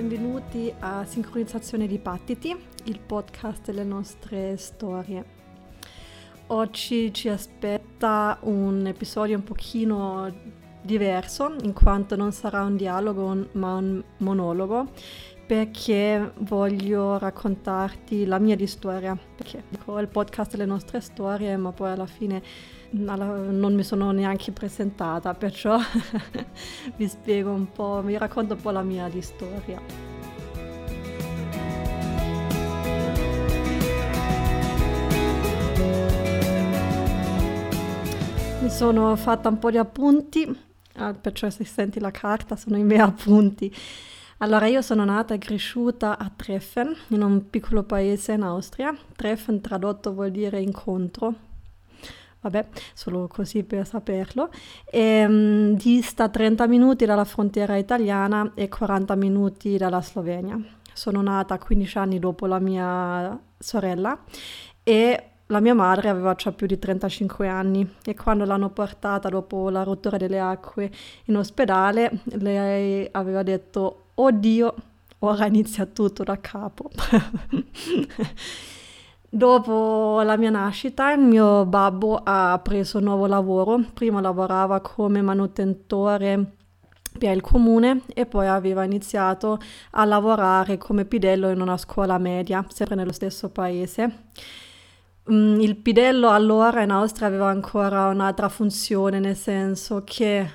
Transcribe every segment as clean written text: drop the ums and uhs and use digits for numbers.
benvenuti a Sincronizzazione di Battiti, il podcast delle nostre storie. Oggi ci aspetta un episodio un pochino diverso, in quanto non sarà un dialogo ma un monologo, perché voglio raccontarti la mia di storia, perché dico il podcast delle nostre storie, ma poi alla fine non mi sono neanche presentata, perciò vi spiego un po', vi racconto un po' la mia di storia. Mi sono fatta un po' di appunti, perciò se senti la carta sono i miei appunti. Allora, io sono nata e cresciuta a Treffen, in un piccolo paese in Austria. Treffen tradotto vuol dire incontro. Vabbè, solo così per saperlo. Dista 30 minuti dalla frontiera italiana e 40 minuti dalla Slovenia. Sono nata 15 anni dopo la mia sorella e la mia madre aveva già più di 35 anni e quando l'hanno portata dopo la rottura delle acque in ospedale, lei aveva detto: oddio, ora inizia tutto da capo. Dopo la mia nascita, il mio babbo ha preso un nuovo lavoro. Prima lavorava come manutentore per il comune e poi aveva iniziato a lavorare come bidello in una scuola media, sempre nello stesso paese. Il bidello allora in Austria aveva ancora un'altra funzione, nel senso che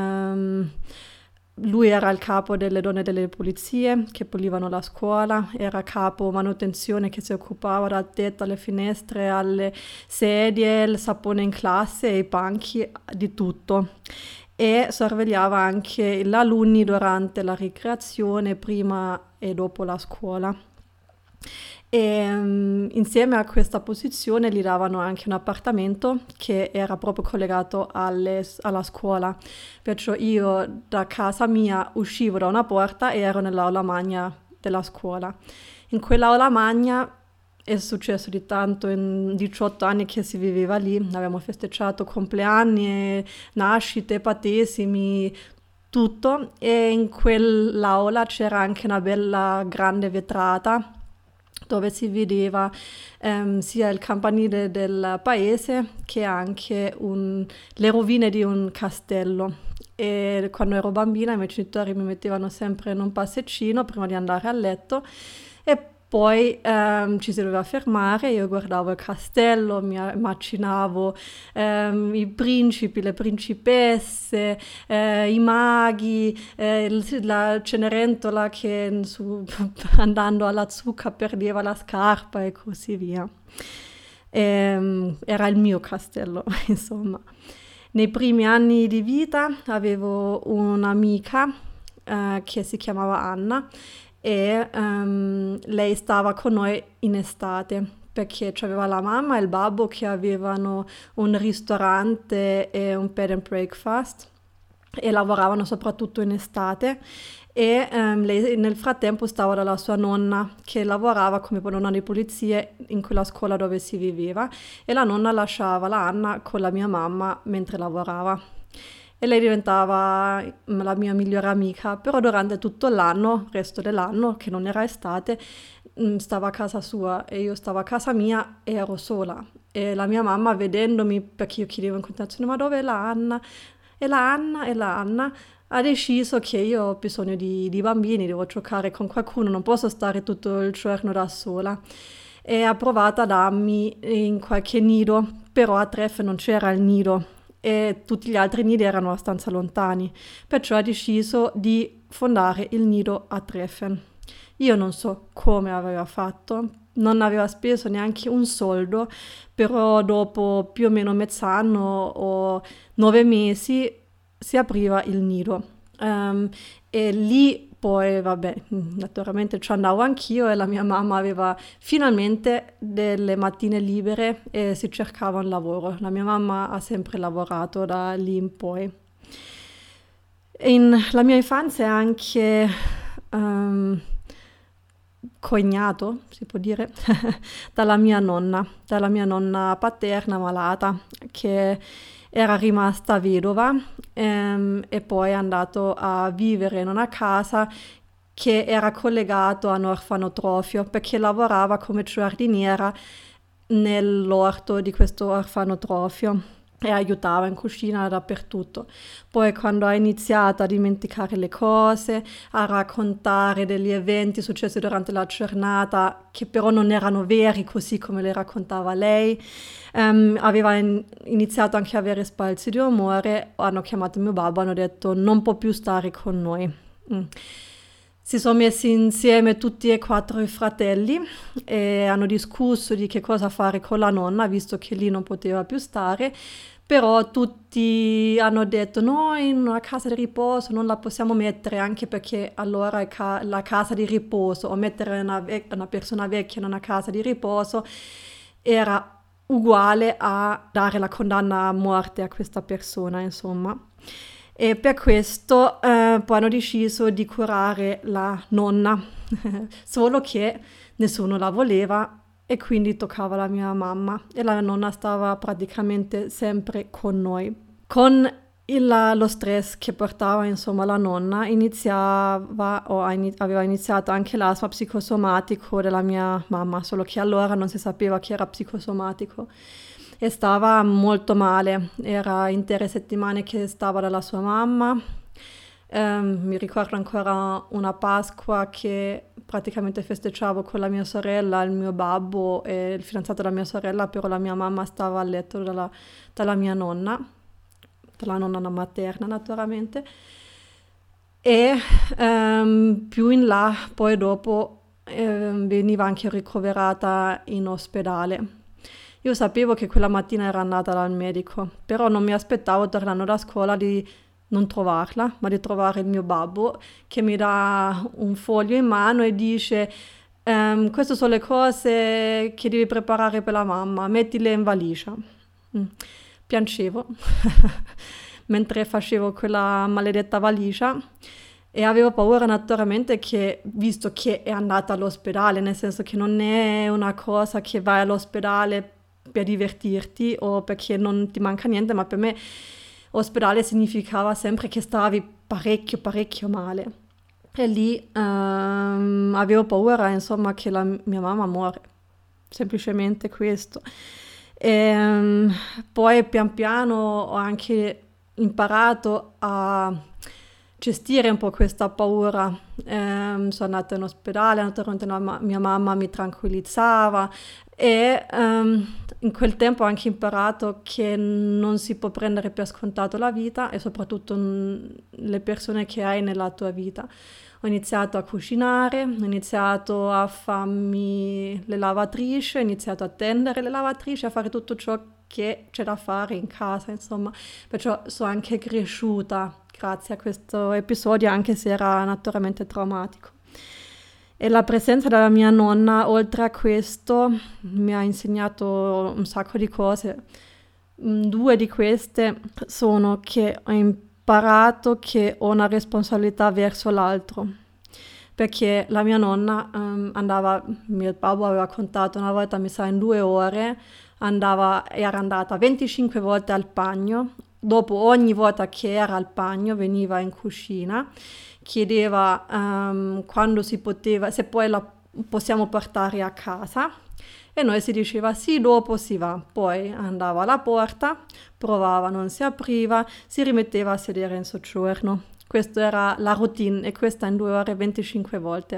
lui era il capo delle donne delle pulizie che pulivano la scuola, era capo manutenzione che si occupava dal tetto alle finestre, alle sedie, il sapone in classe e i banchi, di tutto. E sorvegliava anche gli alunni durante la ricreazione, prima e dopo la scuola. E insieme a questa posizione gli davano anche un appartamento che era proprio collegato alla scuola, perciò io da casa mia uscivo da una porta e ero nell'aula magna della scuola. In quell'aula magna è successo di tanto, in 18 anni che si viveva lì, abbiamo festeggiato compleanni, nascite, battesimi, tutto, e in quell'aula c'era anche una bella grande vetrata dove si vedeva sia il campanile del paese che anche le rovine di un castello. E quando ero bambina i miei genitori mi mettevano sempre in un passeggino prima di andare a letto e poi ci si doveva fermare, io guardavo il castello, mi immaginavo i principi, le principesse, i maghi, la Cenerentola che andando alla zucca perdeva la scarpa e così via. Era il mio castello, insomma. Nei primi anni di vita avevo un'amica che si chiamava Anna, e lei stava con noi in estate perché c'aveva la mamma e il babbo che avevano un ristorante e un bed and breakfast e lavoravano soprattutto in estate e lei nel frattempo stava dalla sua nonna che lavorava come nonna di pulizie in quella scuola dove si viveva e la nonna lasciava la Anna con la mia mamma mentre lavorava. E lei diventava la mia migliore amica, però durante tutto l'anno, il resto dell'anno, che non era estate, stava a casa sua e io stavo a casa mia e ero sola. E la mia mamma, vedendomi, perché io chiedevo in continuazione, ma dove è la Anna? E la Anna, e la Anna, ha deciso che io ho bisogno di bambini, devo giocare con qualcuno, non posso stare tutto il giorno da sola. E ha provato a darmi in qualche nido, però a Treffen non c'era il nido. E tutti gli altri nidi erano abbastanza lontani, perciò ha deciso di fondare il nido a Treffen. Io non so come aveva fatto, non aveva speso neanche un soldo, però dopo più o meno mezz'anno o 9 mesi si apriva il nido. E lì poi, vabbè, naturalmente ci andavo anch'io e la mia mamma aveva finalmente delle mattine libere e si cercava un lavoro. La mia mamma ha sempre lavorato da lì in poi. La mia infanzia è anche cognato, si può dire, dalla mia nonna paterna malata, che era rimasta vedova e poi è andato a vivere in una casa che era collegato a un orfanotrofio perché lavorava come giardiniera nell'orto di questo orfanotrofio e aiutava in cucina dappertutto. Poi quando ha iniziato a dimenticare le cose, a raccontare degli eventi successi durante la giornata che però non erano veri così come le raccontava lei, aveva iniziato anche a avere spalzi di umore, hanno chiamato mio babbo, hanno detto non può più stare con noi. Si sono messi insieme tutti e 4 i fratelli e hanno discusso di che cosa fare con la nonna, visto che lì non poteva più stare, però tutti hanno detto no, in una casa di riposo non la possiamo mettere, anche perché allora la casa di riposo o mettere una persona vecchia in una casa di riposo era uguale a dare la condanna a morte a questa persona, insomma. E per questo poi hanno deciso di curare la nonna, solo che nessuno la voleva e quindi toccava alla mia mamma e la nonna stava praticamente sempre con noi. Con lo stress che portava insomma la nonna aveva iniziato anche l'asma psicosomatico della mia mamma, solo che allora non si sapeva che era psicosomatico. E stava molto male, era intere settimane che stava dalla sua mamma. Mi ricordo ancora una Pasqua che praticamente festeggiavo con la mia sorella, il mio babbo e il fidanzato della mia sorella, però la mia mamma stava a letto dalla mia nonna, dalla nonna materna naturalmente. E più in là, poi dopo, veniva anche ricoverata in ospedale. Io sapevo che quella mattina era andata dal medico, però non mi aspettavo tornando da scuola di non trovarla, ma di trovare il mio babbo che mi dà un foglio in mano e dice queste sono le cose che devi preparare per la mamma, mettile in valigia. Piangevo mentre facevo quella maledetta valigia e avevo paura naturalmente che, visto che è andata all'ospedale, nel senso che non è una cosa che vai all'ospedale per divertirti o perché non ti manca niente, ma per me ospedale significava sempre che stavi parecchio male. E lì avevo paura, insomma, che la mia mamma muore. Semplicemente questo. E, poi pian piano ho anche imparato a gestire un po' questa paura. Sono andata in ospedale, naturalmente mia mamma mi tranquillizzava e in quel tempo ho anche imparato che non si può prendere per scontato la vita e soprattutto le persone che hai nella tua vita. Ho iniziato a cucinare, ho iniziato a farmi le lavatrici, ho iniziato a tendere le lavatrici, a fare tutto ciò che c'è da fare in casa, insomma. Perciò sono anche cresciuta grazie a questo episodio, anche se era naturalmente traumatico. E la presenza della mia nonna, oltre a questo, mi ha insegnato un sacco di cose. 2 di queste sono che ho imparato che ho una responsabilità verso l'altro. Perché la mia nonna mio babbo aveva contato una volta, mi sa in 2 ore, era andata 25 volte al bagno. Dopo ogni volta che era al bagno veniva in cucina, chiedeva quando si poteva, se poi la possiamo portare a casa e noi si diceva sì, dopo si va. Poi andava alla porta, provava, non si apriva, si rimetteva a sedere in soggiorno. Questa era la routine e questa in 2 ore 25 volte.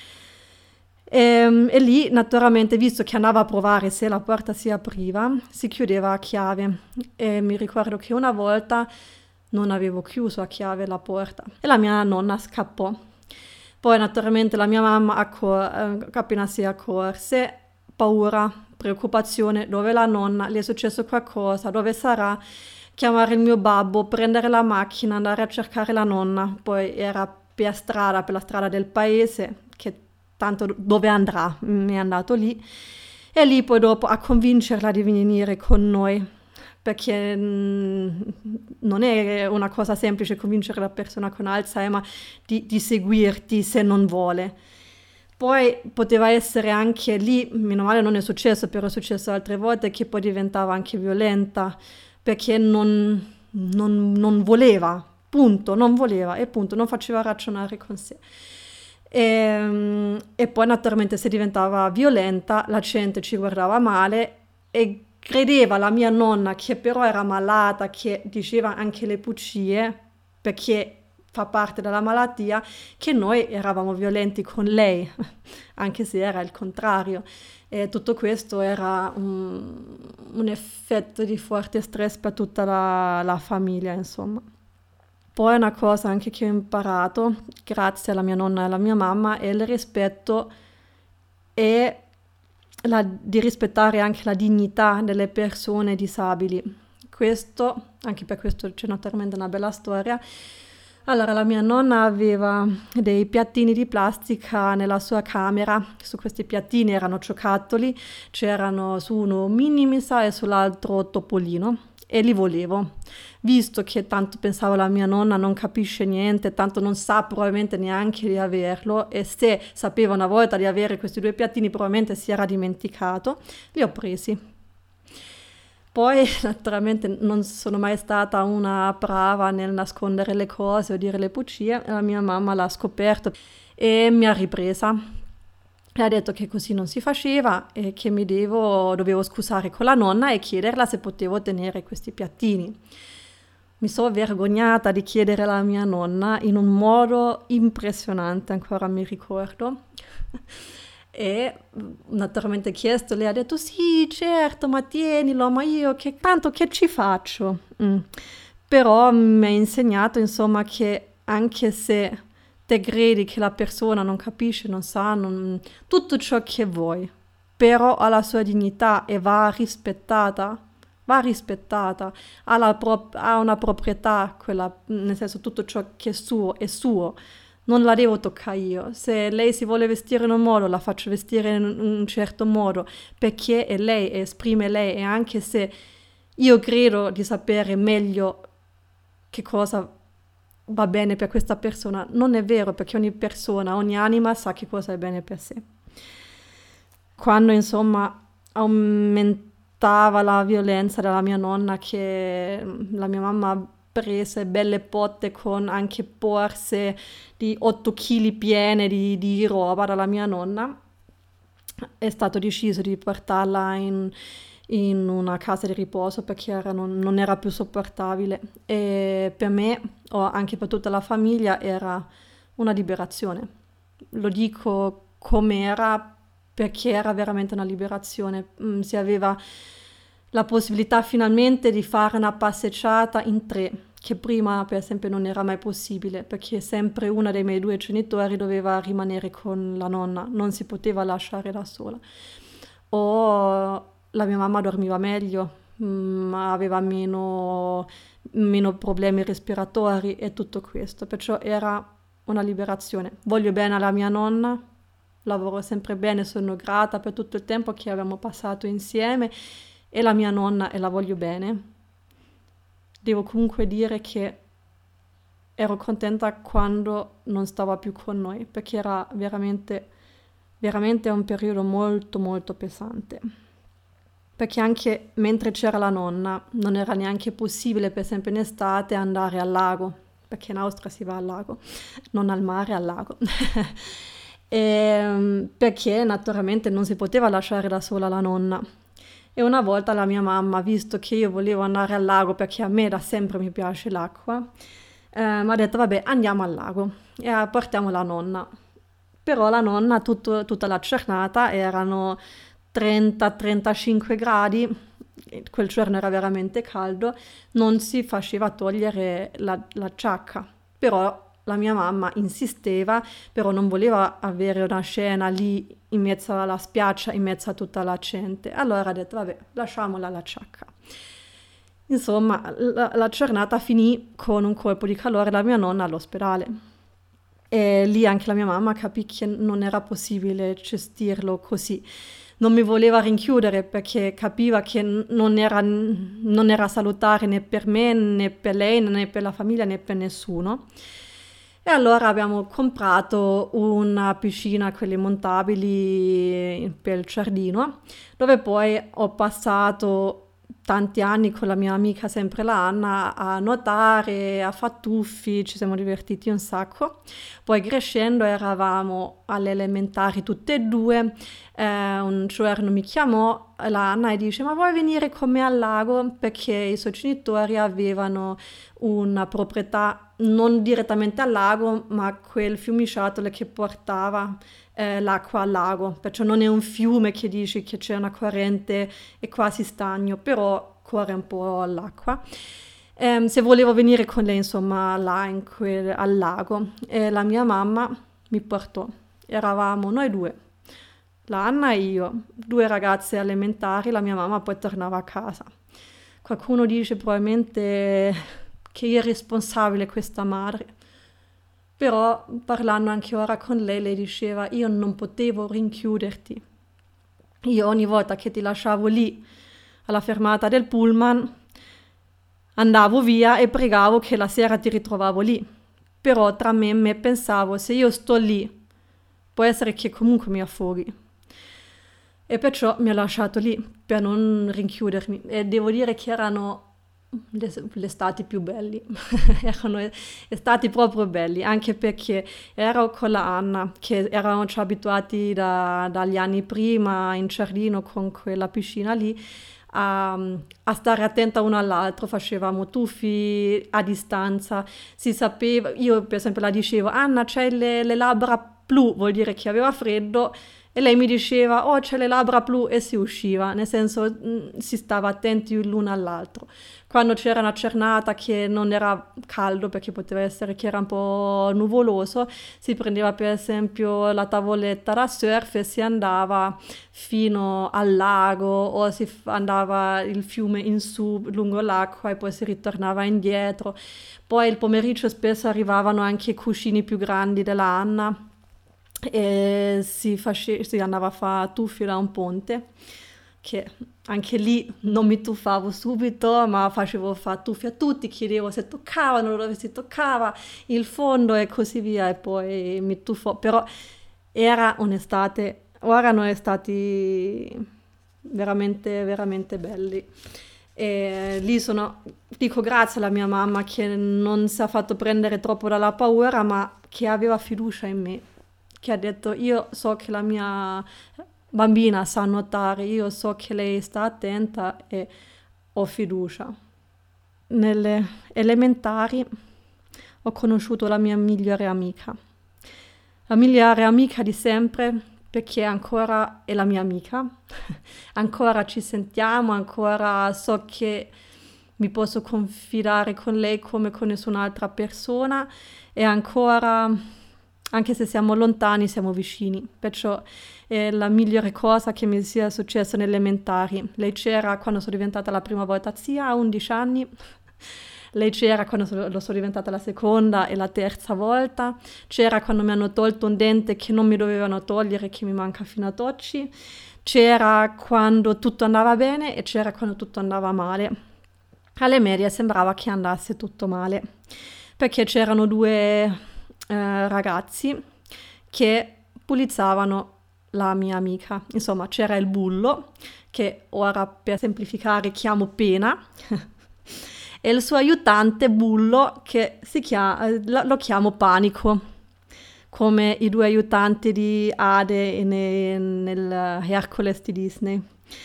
E lì naturalmente, visto che andava a provare se la porta si apriva, si chiudeva a chiave e mi ricordo che una volta non avevo chiuso a chiave la porta e la mia nonna scappò. Poi naturalmente la mia mamma appena si accorse, paura, preoccupazione, dove è la nonna, le è successo qualcosa, dove sarà, chiamare il mio babbo, prendere la macchina, andare a cercare la nonna. Poi era per la strada del paese, che tanto dove andrà, mi è andato lì, e lì poi dopo a convincerla di venire con noi, perché non è una cosa semplice convincere la persona con Alzheimer di seguirti se non vuole. Poi poteva essere anche lì, meno male non è successo, però è successo altre volte, che poi diventava anche violenta, perché non voleva, punto, non voleva e punto, non faceva ragionare con sé. E poi naturalmente se diventava violenta la gente ci guardava male e credeva la mia nonna che però era malata, che diceva anche le puccie, perché fa parte della malattia, che noi eravamo violenti con lei, anche se era il contrario. E tutto questo era un effetto di forte stress per tutta la famiglia, insomma. Poi una cosa anche che ho imparato, grazie alla mia nonna e alla mia mamma, è il rispetto e di rispettare anche la dignità delle persone disabili. Questo, anche per questo c'è naturalmente una bella storia. Allora, la mia nonna aveva dei piattini di plastica nella sua camera. Su questi piattini erano giocattoli, c'erano su uno mini mi sa e sull'altro topolino e li volevo. Visto che tanto pensavo la mia nonna non capisce niente, tanto non sa probabilmente neanche di averlo e se sapeva una volta di avere questi due piattini probabilmente si era dimenticato, li ho presi. Poi naturalmente non sono mai stata una brava nel nascondere le cose o dire le bugie, la mia mamma l'ha scoperto e mi ha ripresa. E ha detto che così non si faceva e che dovevo scusare con la nonna e chiederla se potevo tenere questi piattini. Mi sono vergognata di chiedere alla mia nonna in un modo impressionante, ancora mi ricordo. E naturalmente chiesto, lei ha detto sì, certo, ma tienilo, ma io tanto che ci faccio? Però mi ha insegnato insomma che anche se te credi che la persona non capisce, non sa, tutto ciò che vuoi, però ha la sua dignità e va rispettata, ha una proprietà, nel senso tutto ciò che è suo. Non la devo toccare io. Se lei si vuole vestire in un modo, la faccio vestire in un certo modo, perché è lei, esprime lei, e anche se io credo di sapere meglio che cosa va bene per questa persona, non è vero, perché ogni persona, ogni anima sa che cosa è bene per sé. Quando insomma aumentava la violenza della mia nonna, che la mia mamma prese belle botte con anche borse di 8 kg piene di roba dalla mia nonna, è stato deciso di portarla in una casa di riposo perché non era più sopportabile e per me o anche per tutta la famiglia era una liberazione. Lo dico com'era perché era veramente una liberazione. Si aveva la possibilità finalmente di fare una passeggiata in 3, che prima per esempio non era mai possibile perché sempre una dei miei 2 genitori doveva rimanere con la nonna, non si poteva lasciare da sola. O la mia mamma dormiva meglio, aveva meno problemi respiratori e tutto questo, perciò era una liberazione. Voglio bene alla mia nonna, lavoro sempre bene, sono grata per tutto il tempo che abbiamo passato insieme e la mia nonna e la voglio bene. Devo comunque dire che ero contenta quando non stava più con noi, perché era veramente, veramente un periodo molto molto pesante. Perché anche mentre c'era la nonna non era neanche possibile, per esempio in estate, andare al lago, perché in Austria si va al lago, non al mare, al lago. Perché naturalmente non si poteva lasciare da sola la nonna. E una volta la mia mamma, visto che io volevo andare al lago perché a me da sempre mi piace l'acqua, mi ha detto vabbè andiamo al lago e portiamo la nonna. Però la nonna tutta la giornata erano 30-35 gradi, quel giorno era veramente caldo, non si faceva togliere la giacca. Però la mia mamma insisteva, però non voleva avere una scena lì in mezzo alla spiaggia, in mezzo a tutta la gente. Allora ha detto, vabbè, lasciamola la giacca. Insomma, la giornata finì con un colpo di calore da mia nonna all'ospedale. E lì anche la mia mamma capì che non era possibile gestirlo così. Non mi voleva rinchiudere perché capiva che non era salutare né per me, né per lei, né per la famiglia, né per nessuno. E allora abbiamo comprato una piscina, quelle montabili per il giardino, dove poi ho passato tanti anni con la mia amica, sempre la Anna, a nuotare, a fare tuffi, ci siamo divertiti un sacco. Poi crescendo eravamo alle elementari tutte e due, un giorno mi chiamò la Anna e dice: ma vuoi venire con me al lago? Perché i suoi genitori avevano una proprietà non direttamente al lago, ma quel fiumiciattolo che portava l'acqua al lago, perciò non è un fiume che dici che c'è una corrente e quasi stagno, però corre un po' l'acqua. Se volevo venire con lei, insomma, là al lago, la mia mamma mi portò. Eravamo noi due, la Anna e io, due ragazze elementari, la mia mamma poi tornava a casa. Qualcuno dice probabilmente che è irresponsabile questa madre. Però parlando anche ora con lei diceva: io non potevo rinchiuderti. Io ogni volta che ti lasciavo lì alla fermata del pullman andavo via e pregavo che la sera ti ritrovavo lì. Però tra me e me pensavo: se io sto lì può essere che comunque mi affoghi. E perciò mi ha lasciato lì per non rinchiudermi. E devo dire che erano le estati più belli, erano estati proprio belli, anche perché ero con la Anna, che eravamo già abituati dagli anni prima in giardino con quella piscina lì a stare attenta uno all'altro, facevamo tuffi a distanza, si sapeva, io per esempio la dicevo: Anna, c'hai le labbra blu, vuol dire che aveva freddo. E lei mi diceva: oh, c'è le labbra blu, e si usciva, nel senso si stava attenti l'uno all'altro. Quando c'era una giornata che non era caldo, perché poteva essere che era un po' nuvoloso, si prendeva per esempio la tavoletta da surf e si andava fino al lago, o si andava il fiume in su lungo l'acqua e poi si ritornava indietro. Poi il pomeriggio spesso arrivavano anche i cuscini più grandi della Anna e si andava a fare tuffi da un ponte, che anche lì non mi tuffavo subito, ma facevo fare tuffi a tutti, chiedevo se toccavano, dove si toccava, il fondo e così via, e poi mi tuffò. Però era un'estate, erano estati veramente, veramente belli. E lì dico grazie alla mia mamma che non si è fatto prendere troppo dalla paura, ma che aveva fiducia in me, che ha detto: io so che la mia bambina sa nuotare, io so che lei sta attenta e ho fiducia. Nelle elementari ho conosciuto la mia migliore amica. La migliore amica di sempre, perché ancora è la mia amica. Ancora ci sentiamo, ancora so che mi posso confidare con lei come con nessun'altra persona, e ancora, anche se siamo lontani, siamo vicini. Perciò è la migliore cosa che mi sia successo nelle elementari. Lei c'era quando sono diventata la prima volta zia a 11 anni. Lei c'era quando lo sono diventata la seconda e la terza volta. C'era quando mi hanno tolto un dente che non mi dovevano togliere, che mi manca fino ad oggi. C'era quando tutto andava bene e c'era quando tutto andava male. Alle medie sembrava che andasse tutto male, perché c'erano due ragazzi che pulizzavano la mia amica. Insomma, c'era il bullo, che ora per semplificare chiamo Pena, e il suo aiutante bullo, che lo chiamo Panico, come i due aiutanti di Ade nel Hercules di Disney.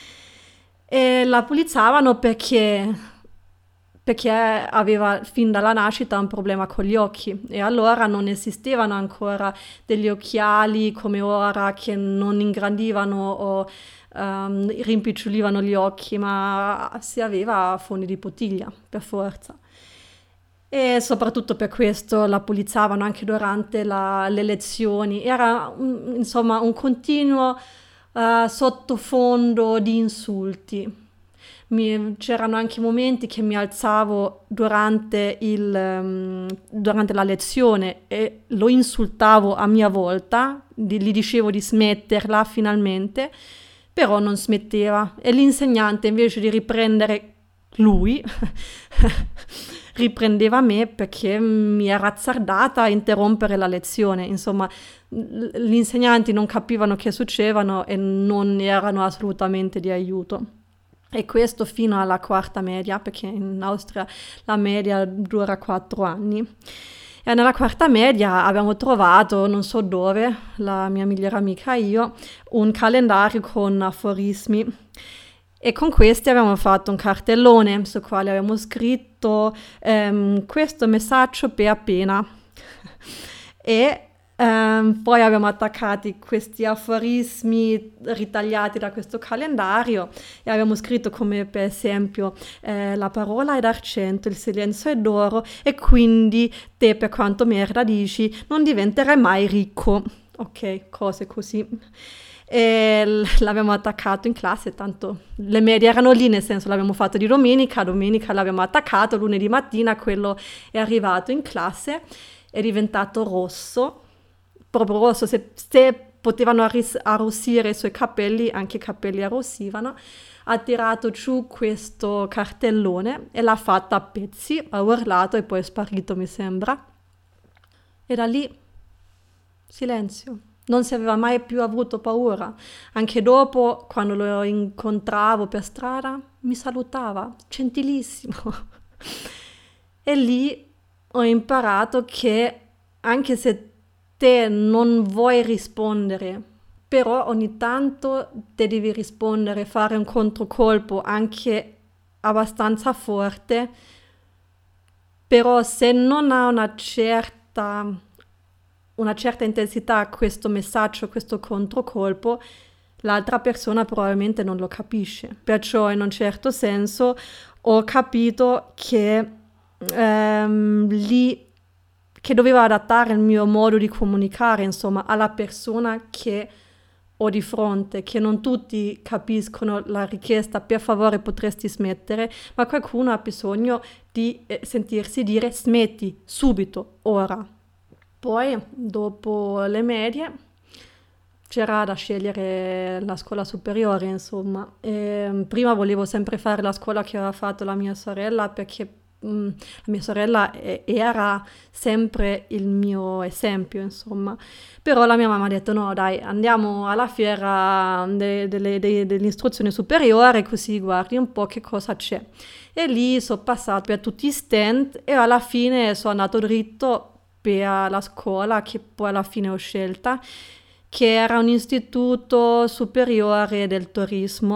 E la pulizzavano perché aveva fin dalla nascita un problema con gli occhi, e allora non esistevano ancora degli occhiali come ora che non ingrandivano o rimpicciolivano gli occhi, ma si aveva fondi di bottiglia per forza. E soprattutto per questo la pulizzavano anche durante le lezioni. Era insomma un continuo sottofondo di insulti. C'erano anche momenti che mi alzavo durante la lezione e lo insultavo a mia volta, gli dicevo di smetterla finalmente, però non smetteva, e l'insegnante, invece di riprendere lui riprendeva me, perché mi era azzardata a interrompere la lezione. Insomma, gli insegnanti non capivano che succedevano e non erano assolutamente di aiuto. E questo fino alla quarta media, perché in Austria la media dura 4 anni. E nella quarta media abbiamo trovato, non so dove, la mia migliore amica e io, un calendario con aforismi. E con questi abbiamo fatto un cartellone sul quale abbiamo scritto questo messaggio per appena. E poi abbiamo attaccato questi aforismi ritagliati da questo calendario e abbiamo scritto come per esempio la parola è d'argento, il silenzio è d'oro e quindi te per quanto merda dici non diventerai mai ricco. Ok, cose così. E l'abbiamo attaccato in classe, tanto le medie erano lì, nel senso l'abbiamo fatto di domenica l'abbiamo attaccato, lunedì mattina quello è arrivato in classe, è diventato rosso, proprio rosso, se potevano arrossire i suoi capelli, anche i capelli arrossivano. Ha tirato giù questo cartellone e l'ha fatta a pezzi, ha urlato e poi è sparito, mi sembra. E da lì silenzio. Non si aveva mai più avuto paura. Anche dopo, quando lo incontravo per strada, mi salutava, gentilissimo. E lì ho imparato che anche se te non vuoi rispondere, però ogni tanto te devi rispondere, fare un controcolpo anche abbastanza forte, però se non ha una certa intensità questo messaggio, questo controcolpo, l'altra persona probabilmente non lo capisce. Perciò in un certo senso ho capito che lì che dovevo adattare il mio modo di comunicare, insomma, alla persona che ho di fronte, che non tutti capiscono la richiesta, per favore potresti smettere, ma qualcuno ha bisogno di sentirsi dire smetti, subito, ora. Poi, dopo le medie, c'era da scegliere la scuola superiore, insomma. Prima volevo sempre fare la scuola che aveva fatto la mia sorella, perché la mia sorella era sempre il mio esempio, insomma. Però la mia mamma ha detto no, dai, andiamo alla fiera dell'istruzione superiore, così guardi un po' che cosa c'è. E lì sono passato per tutti i stand e alla fine sono andato dritto per la scuola che poi alla fine ho scelta, che era un istituto superiore del turismo.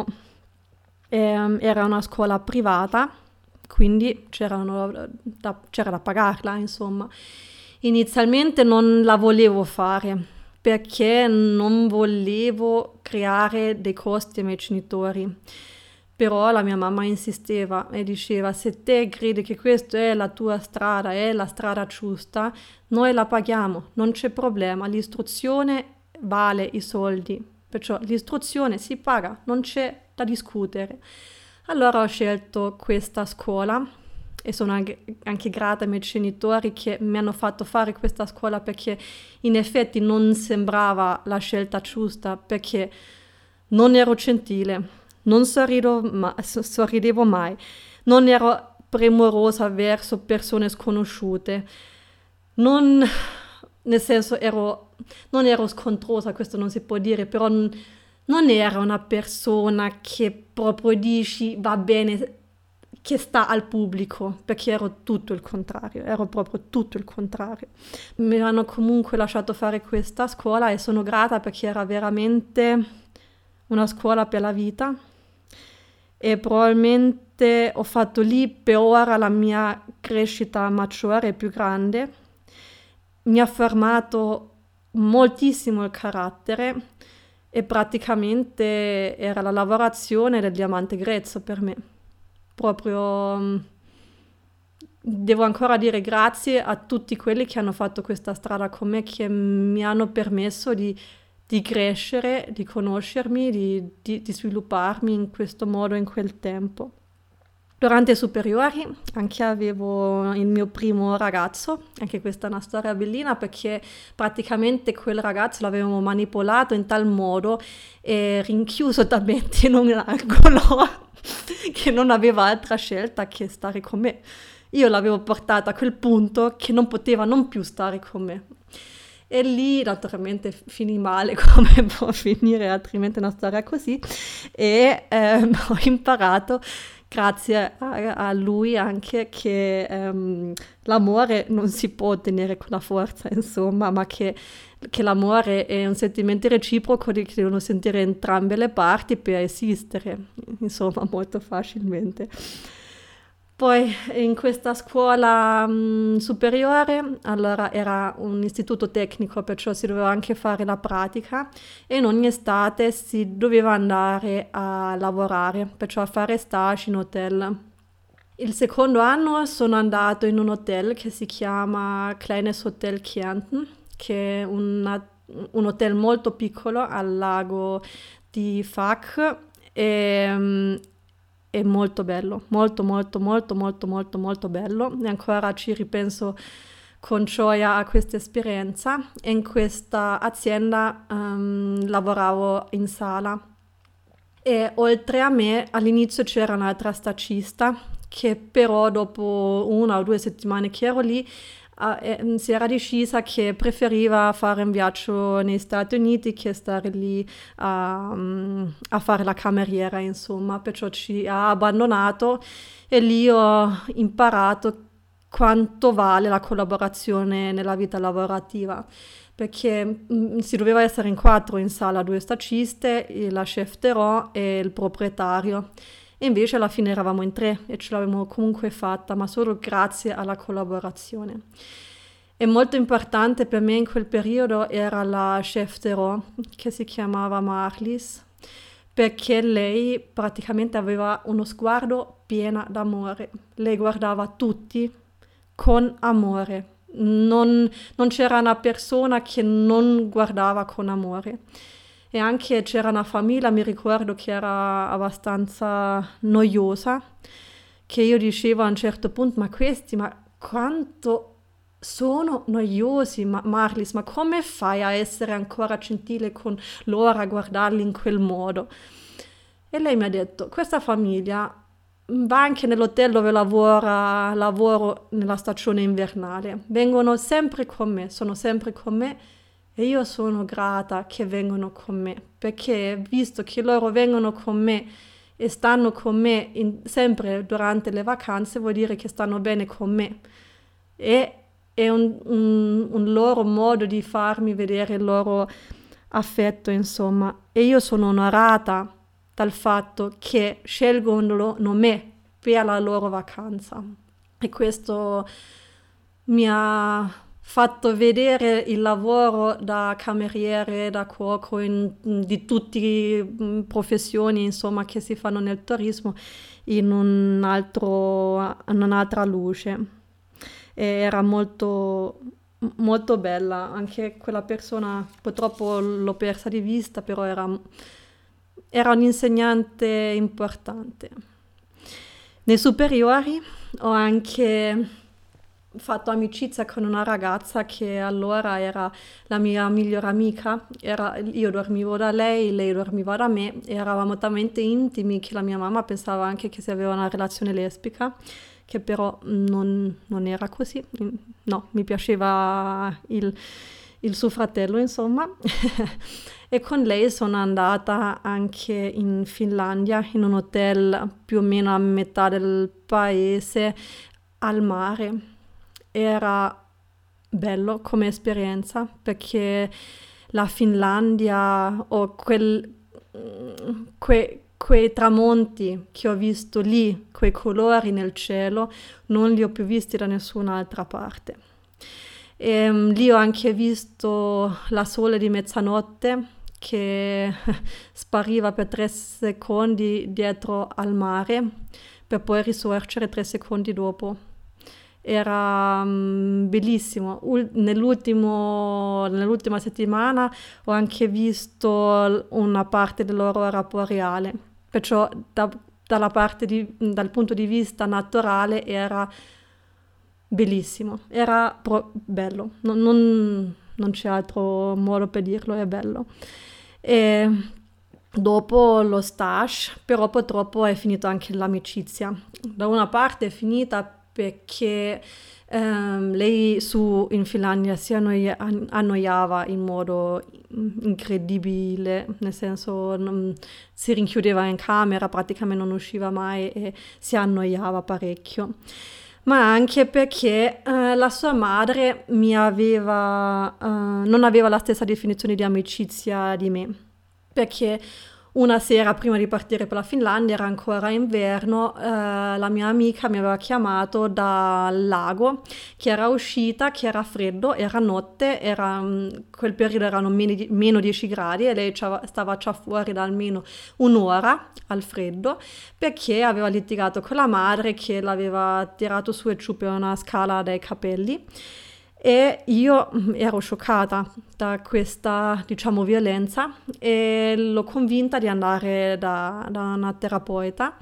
Era una scuola privata, quindi c'era da pagarla, insomma. Inizialmente non la volevo fare perché non volevo creare dei costi ai miei genitori. Però la mia mamma insisteva e diceva: se te credi che questa è la tua strada, è la strada giusta, noi la paghiamo, non c'è problema, l'istruzione vale i soldi, perciò l'istruzione si paga, non c'è da discutere. Allora ho scelto questa scuola e sono anche grata ai miei genitori che mi hanno fatto fare questa scuola, perché in effetti non sembrava la scelta giusta, perché non ero gentile, non sorridevo mai, non ero premurosa verso persone sconosciute, nel senso non ero scontrosa, questo non si può dire, però non era una persona che proprio dici va bene, che sta al pubblico, perché ero tutto il contrario, ero proprio tutto il contrario. Mi hanno comunque lasciato fare questa scuola e sono grata, perché era veramente una scuola per la vita e probabilmente ho fatto lì per ora la mia crescita maggiore e più grande. Mi ha formato moltissimo il carattere e praticamente era la lavorazione del diamante grezzo per me. Proprio devo ancora dire grazie a tutti quelli che hanno fatto questa strada con me, che mi hanno permesso di crescere, di conoscermi, di svilupparmi in questo modo, in quel tempo. Durante i superiori anche avevo il mio primo ragazzo, anche questa è una storia bellina, perché praticamente quel ragazzo l'avevo manipolato in tal modo e rinchiuso talmente in un angolo che non aveva altra scelta che stare con me. Io l'avevo portata a quel punto che non poteva non più stare con me. E lì naturalmente finì male, come può finire altrimenti una storia così, e ho imparato, grazie a lui anche, che l'amore non si può ottenere con la forza, insomma, ma che l'amore è un sentimento reciproco che devono sentire entrambe le parti per esistere, insomma, molto facilmente. Poi in questa scuola superiore, allora era un istituto tecnico, perciò si doveva anche fare la pratica e in ogni estate si doveva andare a lavorare, perciò a fare stage in hotel. Il secondo anno sono andato in un hotel che si chiama Kleines Hotel Kärnten, che è un hotel molto piccolo al lago di Fak e è molto bello, molto molto molto molto molto molto bello, e ancora ci ripenso con gioia a questa esperienza. E in questa azienda lavoravo in sala e oltre a me all'inizio c'era un'altra stagista che però dopo 1 o 2 settimane che ero lì si era decisa che preferiva fare un viaggio negli Stati Uniti che stare lì a fare la cameriera, insomma, perciò ci ha abbandonato e lì ho imparato quanto vale la collaborazione nella vita lavorativa, perché si doveva essere in 4 in sala, 2 stagiste, la chef de rang e il proprietario. E invece alla fine eravamo in 3 e ce l'avevamo comunque fatta, ma solo grazie alla collaborazione. E molto importante per me in quel periodo era la chef de rang, che si chiamava Marlies, perché lei praticamente aveva uno sguardo pieno d'amore. Lei guardava tutti con amore. Non c'era una persona che non guardava con amore. E anche c'era una famiglia, mi ricordo, che era abbastanza noiosa, che io dicevo a un certo punto, ma quanto sono noiosi, Marlies, ma come fai a essere ancora gentile con loro, a guardarli in quel modo? E lei mi ha detto, questa famiglia va anche nell'hotel dove lavoro nella stagione invernale, vengono sempre con me, sono sempre con me, e io sono grata che vengono con me, perché visto che loro vengono con me e stanno con me sempre durante le vacanze, vuol dire che stanno bene con me. E è un loro modo di farmi vedere il loro affetto, insomma. E io sono onorata dal fatto che scelgono me per la loro vacanza. E questo mi ha fatto vedere il lavoro da cameriere, da cuoco, di tutte le professioni, insomma, che si fanno nel turismo in un'altra luce. E era molto, molto bella. Anche quella persona, purtroppo l'ho persa di vista, però era un insegnante importante. Nei superiori ho anche fatto amicizia con una ragazza che allora era la mia migliore amica. Io dormivo da lei dormiva da me, e eravamo talmente intimi che la mia mamma pensava anche che si aveva una relazione lesbica, che però non era così. No, mi piaceva il suo fratello, insomma. E con lei sono andata anche in Finlandia, in un hotel più o meno a metà del paese, al mare. Era bello come esperienza, perché la Finlandia o quei tramonti che ho visto lì, quei colori nel cielo, non li ho più visti da nessun'altra parte. E lì ho anche visto la sole di mezzanotte che spariva per 3 secondi dietro al mare per poi risorgere 3 secondi dopo. Era bellissimo. Nell'ultima settimana ho anche visto una parte dell'aurora boreale, perciò dal punto di vista naturale era bellissimo, era bello, non c'è altro modo per dirlo, è bello. E dopo lo stage, però purtroppo è finita anche l'amicizia. Da una parte è finita perché Lei in Finlandia si annoiava in modo incredibile, nel senso si rinchiudeva in camera, praticamente non usciva mai e si annoiava parecchio. Ma anche perché la sua madre non aveva la stessa definizione di amicizia di me, perché una sera prima di partire per la Finlandia, era ancora inverno, la mia amica mi aveva chiamato dal lago, che era uscita, che era freddo, era notte, quel periodo erano meno 10 gradi e lei stava già fuori da almeno un'ora al freddo, perché aveva litigato con la madre che l'aveva tirato su e giù per una scala dai capelli. E io ero scioccata da questa, diciamo, violenza e l'ho convinta di andare da una terapeuta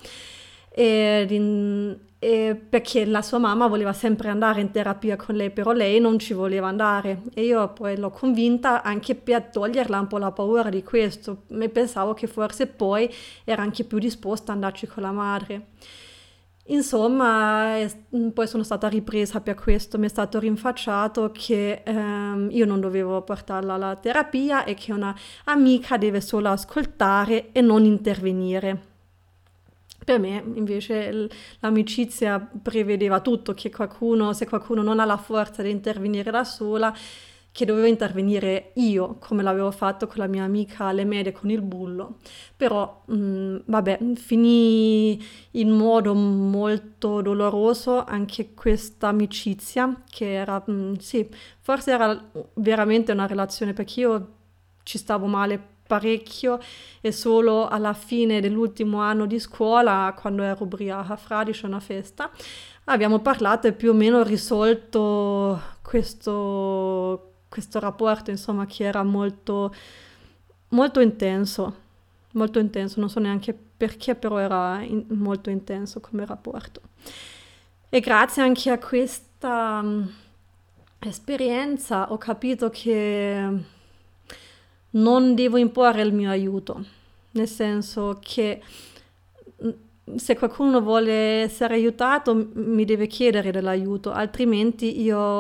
perché la sua mamma voleva sempre andare in terapia con lei, però lei non ci voleva andare e io poi l'ho convinta anche per toglierla un po' la paura di questo e pensavo che forse poi era anche più disposta ad andarci con la madre. Insomma, poi sono stata ripresa per questo, mi è stato rinfacciato che io non dovevo portarla alla terapia e che una amica deve solo ascoltare e non intervenire. Per me invece l'amicizia prevedeva tutto, che se qualcuno non ha la forza di intervenire da sola, che dovevo intervenire io, come l'avevo fatto con la mia amica alle medie con il bullo. Però, vabbè, finì in modo molto doloroso anche questa amicizia, che era, sì, forse era veramente una relazione, perché io ci stavo male parecchio e solo alla fine dell'ultimo anno di scuola, quando ero ubriaca a Fradicia, una festa, abbiamo parlato e più o meno risolto questo rapporto, insomma, che era molto, molto intenso, non so neanche perché, però era molto intenso come rapporto. E grazie anche a questa esperienza ho capito che non devo imporre il mio aiuto, nel senso che se qualcuno vuole essere aiutato mi deve chiedere dell'aiuto, altrimenti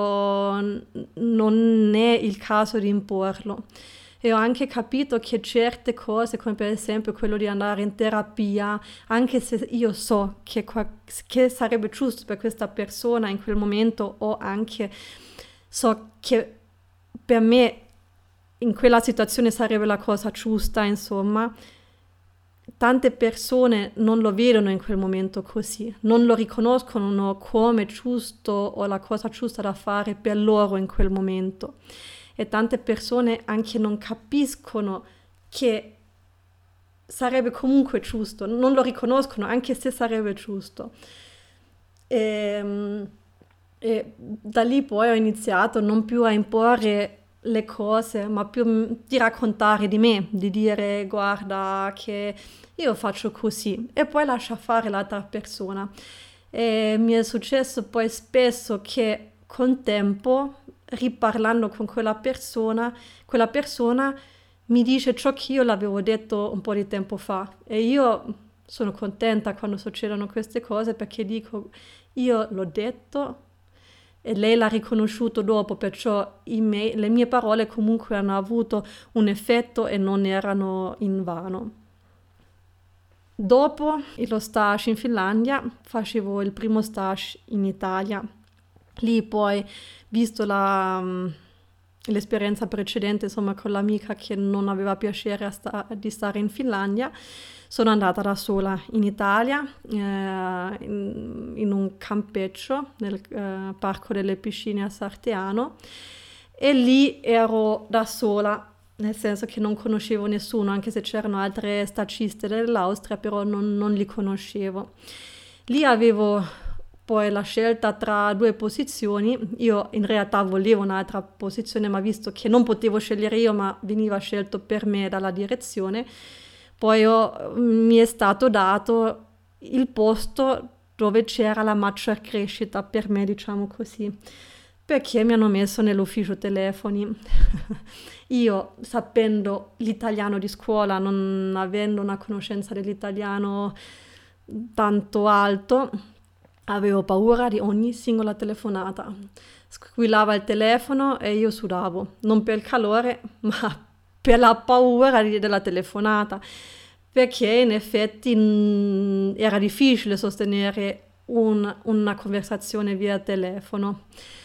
non è il caso di imporlo. E ho anche capito che certe cose, come per esempio quello di andare in terapia, anche se io so che sarebbe giusto per questa persona in quel momento, o anche so che per me in quella situazione sarebbe la cosa giusta, insomma, tante persone non lo vedono in quel momento così, non lo riconoscono come giusto o la cosa giusta da fare per loro in quel momento. E tante persone anche non capiscono che sarebbe comunque giusto, non lo riconoscono anche se sarebbe giusto. E da lì poi ho iniziato non più a imporre le cose, ma più di raccontare di me, di dire guarda che io faccio così e poi lascia fare l'altra persona. E mi è successo poi spesso che con tempo, riparlando con quella persona mi dice ciò che io l'avevo detto un po' di tempo fa e io sono contenta quando succedono queste cose perché dico io l'ho detto e lei l'ha riconosciuto dopo, perciò le mie parole comunque hanno avuto un effetto e non erano invano. Dopo lo stage in Finlandia facevo il primo stage in Italia. Lì poi, visto l'esperienza precedente, insomma, con l'amica che non aveva piacere di stare in Finlandia, sono andata da sola in Italia, in un campeccio nel Parco delle Piscine a Sarteano e lì ero da sola, nel senso che non conoscevo nessuno, anche se c'erano altre stagiste dell'Austria, però non li conoscevo. Lì avevo poi la scelta tra 2 posizioni, io in realtà volevo un'altra posizione, ma visto che non potevo scegliere io, ma veniva scelto per me dalla direzione, poi mi è stato dato il posto dove c'era la maggior crescita per me, diciamo così, perché mi hanno messo nell'ufficio telefoni. Io, sapendo l'italiano di scuola, non avendo una conoscenza dell'italiano tanto alto, avevo paura di ogni singola telefonata. Squillava il telefono e io sudavo, non per il calore, ma per la paura della telefonata, perché in effetti era difficile sostenere una conversazione via telefono.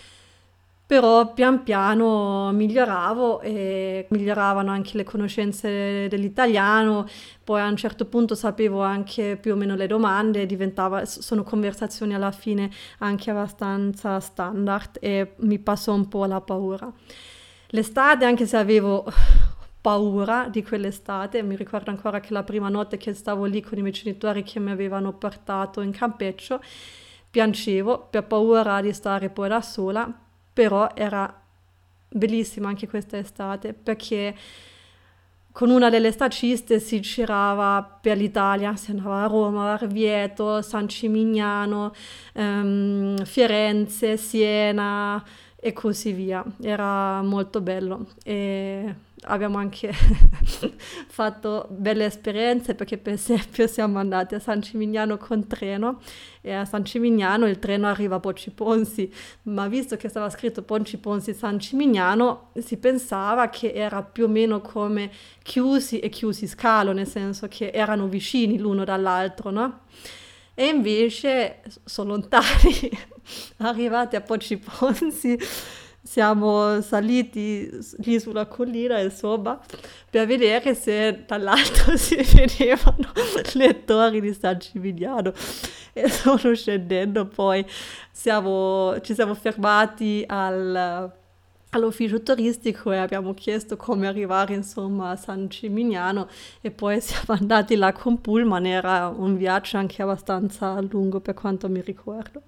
Però pian piano miglioravo e miglioravano anche le conoscenze dell'italiano, poi a un certo punto sapevo anche più o meno le domande, sono conversazioni alla fine anche abbastanza standard e mi passò un po' la paura. L'estate, anche se avevo paura di quell'estate, mi ricordo ancora che la prima notte che stavo lì con i miei genitori che mi avevano portato in campeggio, piangevo per paura di stare poi da sola. Però era bellissima anche questa estate perché con una delle stagiste si girava per l'Italia, si andava a Roma, Orvieto, San Cimignano, Firenze, Siena e così via. Era molto bello e abbiamo anche fatto belle esperienze perché per esempio siamo andati a San Cimignano con treno e a San Cimignano il treno arriva a Poggio Ponsi, ma visto che stava scritto Poggio Ponsi San Cimignano si pensava che era più o meno come Chiusi e Chiusi Scalo, nel senso che erano vicini l'uno dall'altro, no? E invece sono lontani. Arrivati a Poggio Ponsi siamo saliti lì sulla collina, insomma, per vedere se dall'alto si vedevano le torri di San Cimignano. E solo scendendo poi ci siamo fermati all'ufficio turistico e abbiamo chiesto come arrivare insomma a San Cimignano e poi siamo andati là con pullman, era un viaggio anche abbastanza lungo per quanto mi ricordo.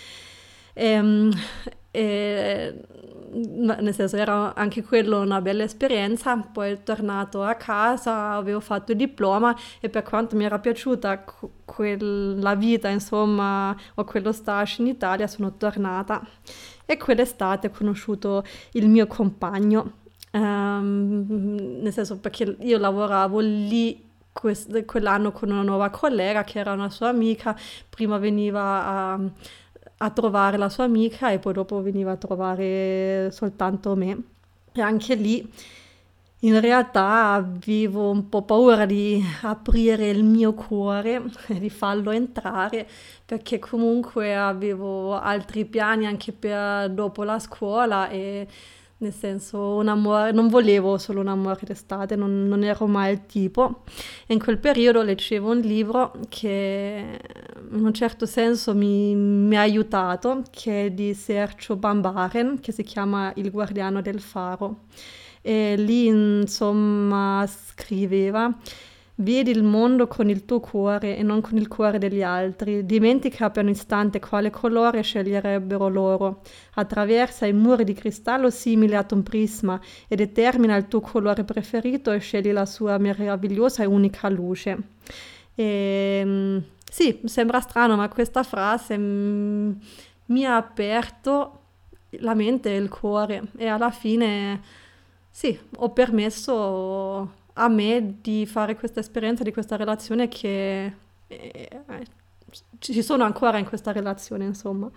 Nel senso era anche quello una bella esperienza, poi tornato a casa, avevo fatto il diploma e per quanto mi era piaciuta quella vita insomma o quello stage in Italia sono tornata e quell'estate ho conosciuto il mio compagno, nel senso perché io lavoravo lì quell'anno con una nuova collega che era una sua amica, prima veniva a trovare la sua amica e poi dopo veniva a trovare soltanto me. E anche lì in realtà avevo un po' paura di aprire il mio cuore, di farlo entrare, perché comunque avevo altri piani anche per dopo la scuola e nel senso un amore, non volevo solo un amore d'estate, non ero mai il tipo. E in quel periodo leggevo un libro che in un certo senso mi ha aiutato, che è di Sergio Bambaren, che si chiama Il guardiano del faro. E lì insomma scriveva: vedi il mondo con il tuo cuore e non con il cuore degli altri, dimentica per un istante quale colore sceglierebbero loro, attraversa i muri di cristallo simili ad un prisma e determina il tuo colore preferito e scegli la sua meravigliosa e unica luce. Sì, sembra strano, ma questa frase mi ha aperto la mente e il cuore e alla fine sì, ho permesso a me di fare questa esperienza, di questa relazione che ci sono ancora in questa relazione, insomma.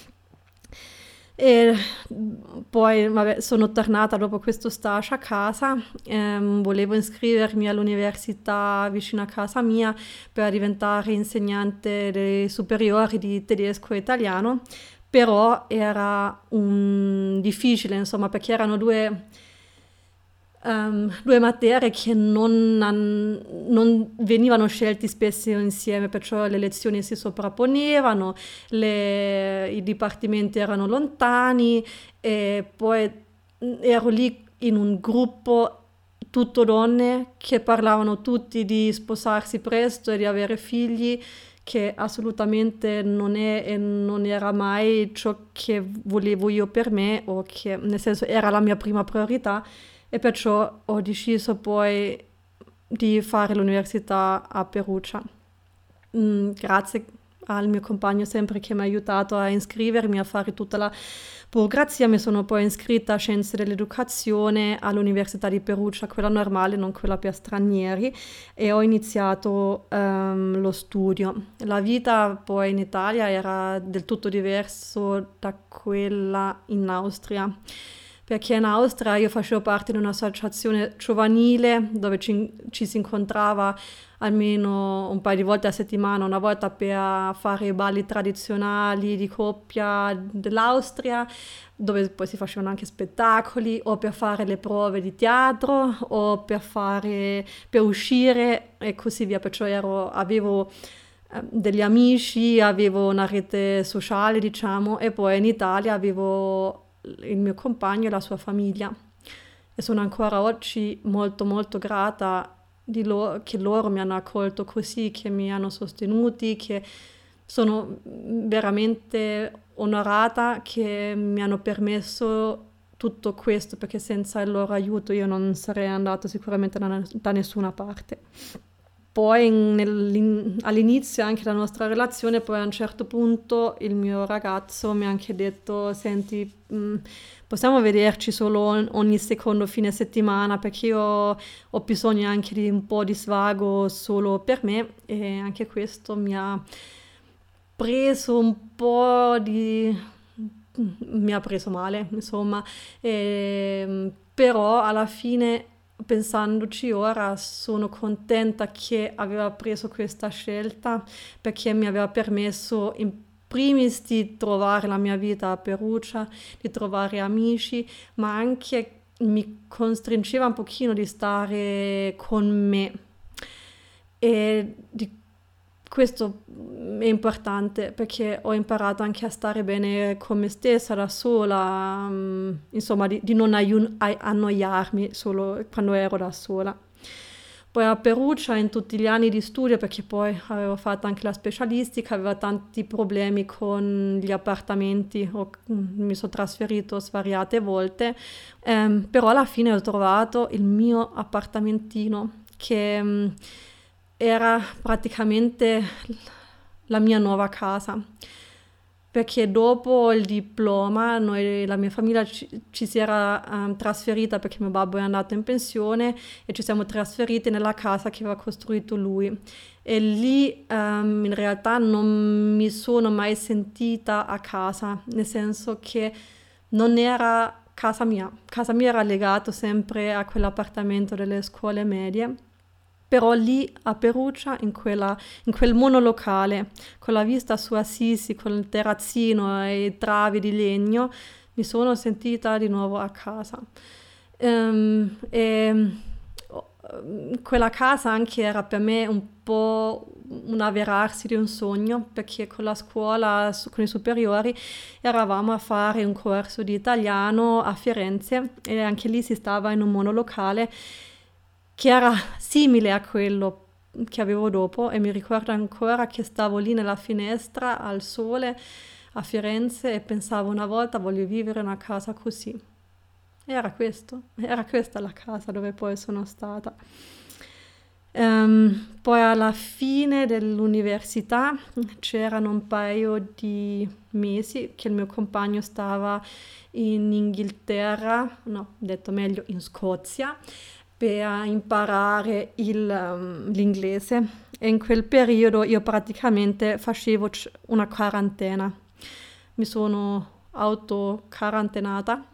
E poi vabbè, sono tornata dopo questo stage a casa, volevo iscrivermi all'università vicino a casa mia per diventare insegnante dei superiori di tedesco e italiano, però era difficile, insomma, perché erano due materie che non venivano scelti spesso insieme, perciò le lezioni si sovrapponevano, i dipartimenti erano lontani e poi ero lì in un gruppo tutto donne che parlavano tutti di sposarsi presto e di avere figli, che assolutamente non è e non era mai ciò che volevo io per me, o che nel senso era la mia prima priorità. E perciò ho deciso poi di fare l'università a Perugia. Grazie al mio compagno sempre che mi ha aiutato a iscrivermi, a fare tutta la burocrazia. Mi sono poi iscritta a Scienze dell'Educazione all'Università di Perugia, quella normale, non quella per stranieri, e ho iniziato lo studio. La vita poi in Italia era del tutto diverso da quella in Austria, perché in Austria io facevo parte di un'associazione giovanile dove ci si incontrava almeno un paio di volte a settimana, una volta per fare i balli tradizionali di coppia dell'Austria, dove poi si facevano anche spettacoli, o per fare le prove di teatro, o per uscire e così via. Perciò avevo degli amici, avevo una rete sociale, diciamo, e poi in Italia avevo il mio compagno e la sua famiglia. E sono ancora oggi molto molto grata che loro mi hanno accolto così, che mi hanno sostenuti, che sono veramente onorata che mi hanno permesso tutto questo, perché senza il loro aiuto io non sarei andata sicuramente da nessuna parte. Poi all'inizio anche della nostra relazione, poi a un certo punto il mio ragazzo mi ha anche detto: senti, possiamo vederci solo ogni secondo fine settimana, perché io ho bisogno anche di un po' di svago solo per me. E anche questo mi ha preso mi ha preso male, insomma. Però alla fine, pensandoci ora, sono contenta che aveva preso questa scelta, perché mi aveva permesso in primis di trovare la mia vita a Perugia, di trovare amici, ma anche mi costringeva un pochino di stare con me. E questo è importante, perché ho imparato anche a stare bene con me stessa, da sola, insomma di non annoiarmi solo quando ero da sola. Poi a Perugia, in tutti gli anni di studio, perché poi avevo fatto anche la specialistica, avevo tanti problemi con gli appartamenti, mi sono trasferito svariate volte, però alla fine ho trovato il mio appartamentino, che era praticamente la mia nuova casa, perché dopo il diploma la mia famiglia ci si era trasferita, perché mio babbo è andato in pensione, e ci siamo trasferiti nella casa che aveva costruito lui. E lì in realtà non mi sono mai sentita a casa, nel senso che non era casa mia era legato sempre a quell'appartamento delle scuole medie. Però lì a Perugia, in quel monolocale, con la vista su Assisi, con il terrazzino e i travi di legno, mi sono sentita di nuovo a casa. Quella casa anche era per me un po' un avverarsi di un sogno, perché con la scuola, con i superiori, eravamo a fare un corso di italiano a Firenze, e anche lì si stava in un monolocale che era simile a quello che avevo dopo, e mi ricordo ancora che stavo lì nella finestra al sole a Firenze e pensavo: una volta voglio vivere in una casa così. Era questa la casa dove poi sono stata. Poi alla fine dell'università c'erano un paio di mesi che il mio compagno stava in Inghilterra, no, detto meglio in Scozia, per imparare l'inglese, e in quel periodo io praticamente facevo una quarantena. Mi sono autocarantenata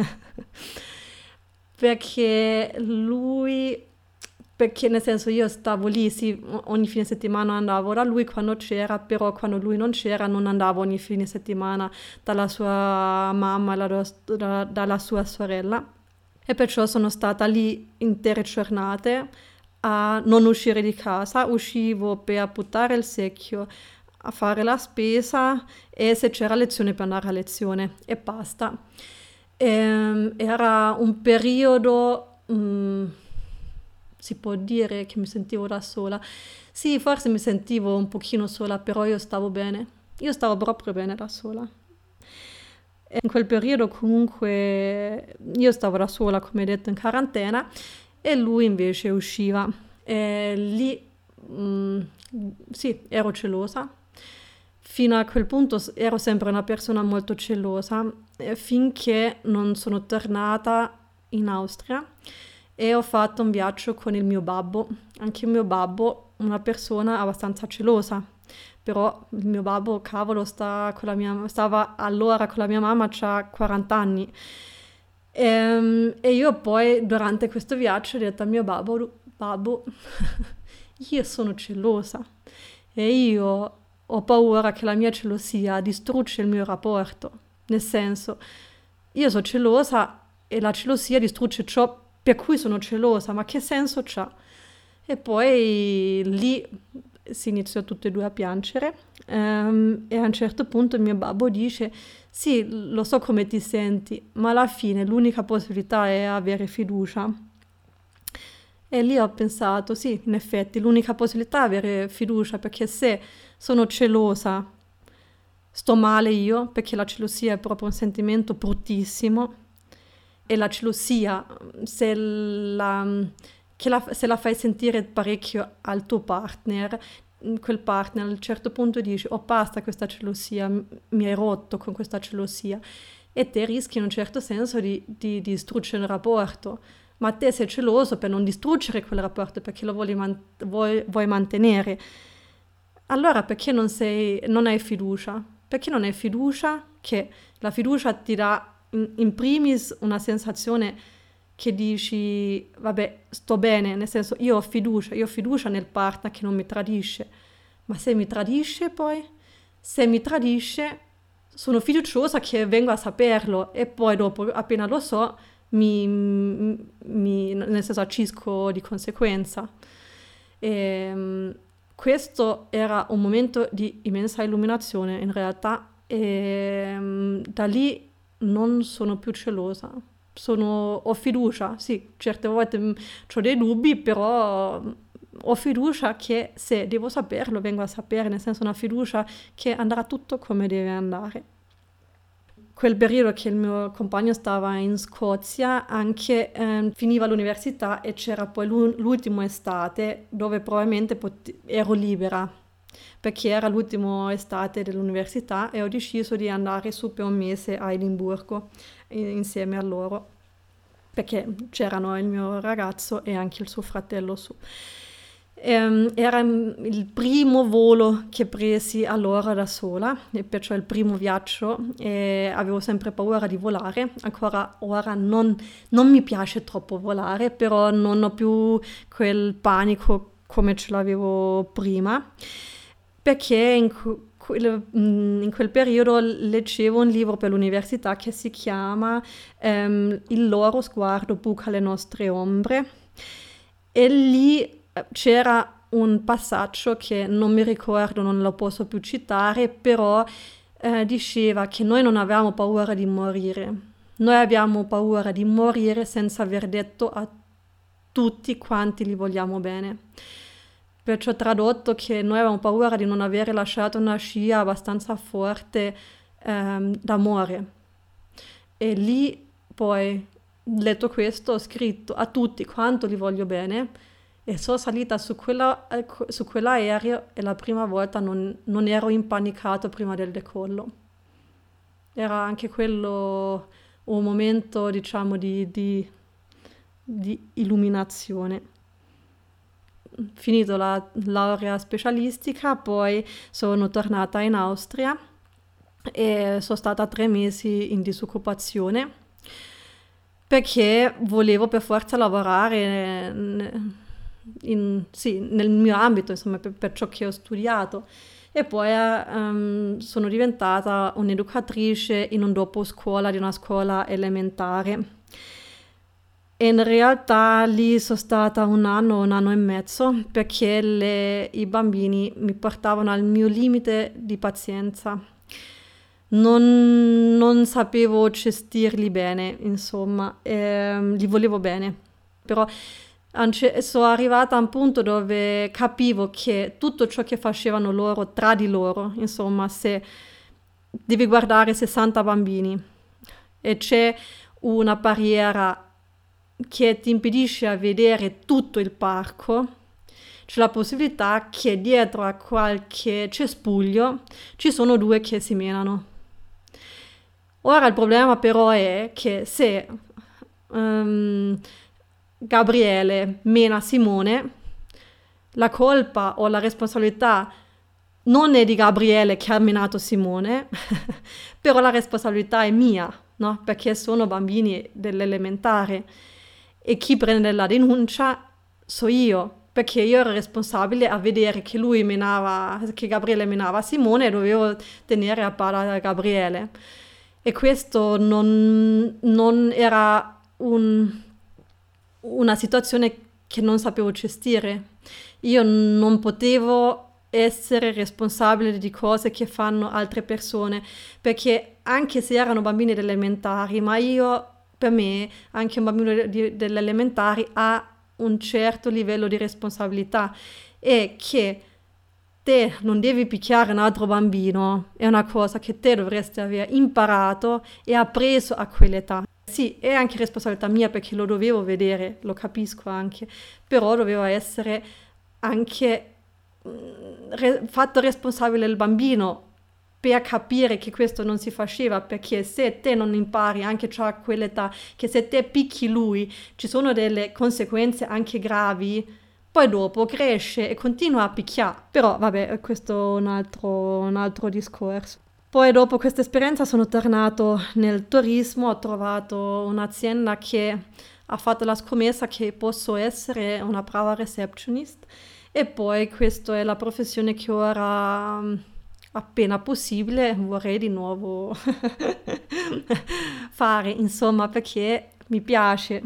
perché nel senso, io stavo lì, sì, ogni fine settimana andavo da lui quando c'era, però quando lui non c'era non andavo ogni fine settimana dalla sua mamma e dalla sua sorella. E perciò sono stata lì intere giornate a non uscire di casa. Uscivo per buttare il secchio, a fare la spesa, e se c'era lezione per andare a lezione, e basta. Era un periodo, si può dire che mi sentivo da sola. Sì, forse mi sentivo un pochino sola, però io stavo bene. Io stavo proprio bene da sola. E in quel periodo comunque io stavo da sola, come detto, in quarantena, e lui invece usciva. E lì sì, ero gelosa, fino a quel punto ero sempre una persona molto gelosa, finché non sono tornata in Austria e ho fatto un viaggio con il mio babbo. Anche il mio babbo, una persona abbastanza gelosa, però il mio babbo, cavolo, stava allora con la mia mamma, c'ha 40 anni. E io poi durante questo viaggio ho detto al mio babbo, io sono gelosa e io ho paura che la mia gelosia distrugga il mio rapporto. Nel senso, io sono gelosa e la gelosia distrugge ciò per cui sono gelosa, ma che senso c'ha? E poi lì si iniziò tutti e due a piangere e a un certo punto il mio babbo dice: sì, lo so come ti senti, ma alla fine l'unica possibilità è avere fiducia. E lì ho pensato, sì, in effetti l'unica possibilità è avere fiducia, perché se sono gelosa sto male io, perché la gelosia è proprio un sentimento bruttissimo e la gelosia, se la fai sentire parecchio al tuo partner, quel partner a un certo punto dice: oh, basta questa gelosia, mi hai rotto con questa gelosia, e te rischi in un certo senso di distruggere il rapporto, ma te sei geloso per non distruggere quel rapporto, perché lo vuoi mantenere. Allora perché non hai fiducia? Perché non hai fiducia? Che la fiducia ti dà in primis una sensazione che dici, vabbè, sto bene, nel senso io ho fiducia nel partner che non mi tradisce, ma se mi tradisce poi? Se mi tradisce sono fiduciosa che vengo a saperlo e poi dopo, appena lo so, nel senso agisco di conseguenza. Questo era un momento di immensa illuminazione in realtà, e da lì non sono più gelosa. Ho fiducia, sì, certe volte ho dei dubbi, però ho fiducia che se devo saperlo vengo a sapere, nel senso una fiducia che andrà tutto come deve andare. Quel periodo che il mio compagno stava in Scozia, anche finiva l'università e c'era poi l'ultimo estate dove probabilmente ero libera, perché era l'ultimo estate dell'università e ho deciso di andare su per un mese a Edimburgo insieme a loro, perché c'erano il mio ragazzo e anche il suo fratello su. Era il primo volo che presi allora da sola, e perciò il primo viaggio, e avevo sempre paura di volare. Ancora ora non mi piace troppo volare, però non ho più quel panico come ce l'avevo prima, perché in quel periodo leggevo un libro per l'università che si chiama Il loro sguardo buca le nostre ombre, e lì c'era un passaggio che non mi ricordo, non lo posso più citare, però diceva che noi non avevamo paura di morire. Noi abbiamo paura di morire senza aver detto a tutti quanti li vogliamo bene. Perciò tradotto che noi avevamo paura di non aver lasciato una scia abbastanza forte d'amore. E lì poi, letto questo, ho scritto a tutti quanto li voglio bene. E sono salita su quell'aereo e la prima volta non ero impanicato prima del decollo. Era anche quello un momento, diciamo, di illuminazione. Finito la laurea specialistica, poi sono tornata in Austria e sono stata 3 mesi in disoccupazione perché volevo per forza lavorare nel mio ambito, insomma, per ciò che ho studiato. E poi sono diventata un'educatrice in un dopo scuola di una scuola elementare. E in realtà lì sono stata un anno e mezzo, perché i bambini mi portavano al mio limite di pazienza. Non sapevo gestirli bene, insomma, li volevo bene, però sono arrivata a un punto dove capivo che tutto ciò che facevano loro tra di loro, insomma, se devi guardare 60 bambini e c'è una barriera che ti impedisce a vedere tutto il parco, c'è la possibilità che dietro a qualche cespuglio ci sono due che si menano. Ora il problema però è che se Gabriele mena Simone, la colpa o la responsabilità non è di Gabriele che ha menato Simone, però la responsabilità è mia, no? Perché sono bambini dell'elementare e chi prende la denuncia so io, perché io ero responsabile a vedere che che Gabriele menava Simone e dovevo tenere a bada Gabriele. E questo non era una situazione che non sapevo gestire. Io non potevo essere responsabile di cose che fanno altre persone, perché anche se erano bambini delle elementari, ma per me, anche un bambino delle elementari ha un certo livello di responsabilità, e che te non devi picchiare un altro bambino è una cosa che te dovresti aver imparato e appreso a quell'età. Sì, è anche responsabilità mia perché lo dovevo vedere, lo capisco anche, però doveva essere anche fatto responsabile il bambino per capire che questo non si faceva, perché se te non impari anche già a quell'età che se te picchi lui ci sono delle conseguenze anche gravi, poi dopo cresce e continua a picchiare. Però vabbè, questo è un altro discorso. Poi dopo questa esperienza sono tornato nel turismo, ho trovato un'azienda che ha fatto la scommessa che posso essere una brava receptionist, e poi questa è la professione che ora appena possibile vorrei di nuovo fare, insomma, perché mi piace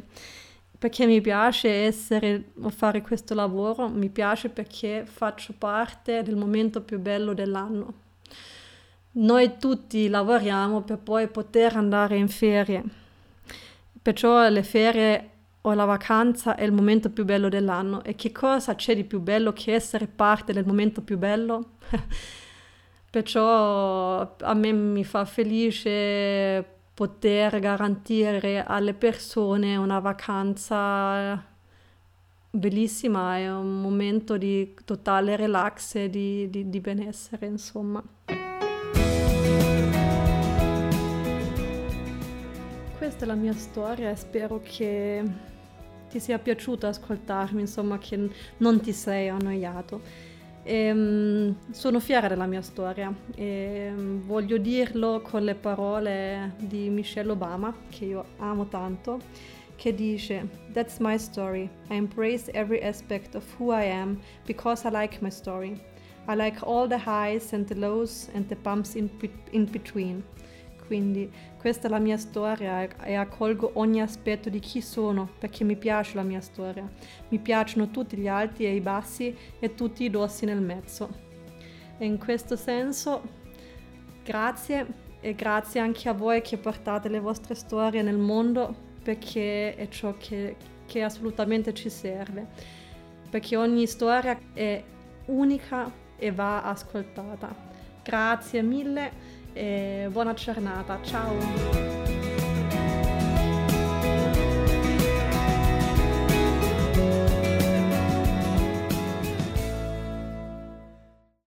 fare questo lavoro, mi piace perché faccio parte del momento più bello dell'anno. Noi tutti lavoriamo per poi poter andare in ferie, perciò le ferie o la vacanza è il momento più bello dell'anno. E che cosa c'è di più bello che essere parte del momento più bello? Perciò a me mi fa felice poter garantire alle persone una vacanza bellissima e un momento di totale relax e di benessere, insomma. Questa è la mia storia e spero che ti sia piaciuto ascoltarmi, insomma, che non ti sei annoiato. Sono fiera della mia storia e voglio dirlo con le parole di Michelle Obama, che io amo tanto, che dice: "That's my story. I embrace every aspect of who I am because I like my story. I like all the highs and the lows and the bumps in between." Quindi questa è la mia storia e accolgo ogni aspetto di chi sono perché mi piace la mia storia. Mi piacciono tutti gli alti e i bassi e tutti i dossi nel mezzo. E in questo senso grazie, e grazie anche a voi che portate le vostre storie nel mondo, perché è ciò che assolutamente ci serve. Perché ogni storia è unica e va ascoltata. Grazie mille e buona giornata, ciao!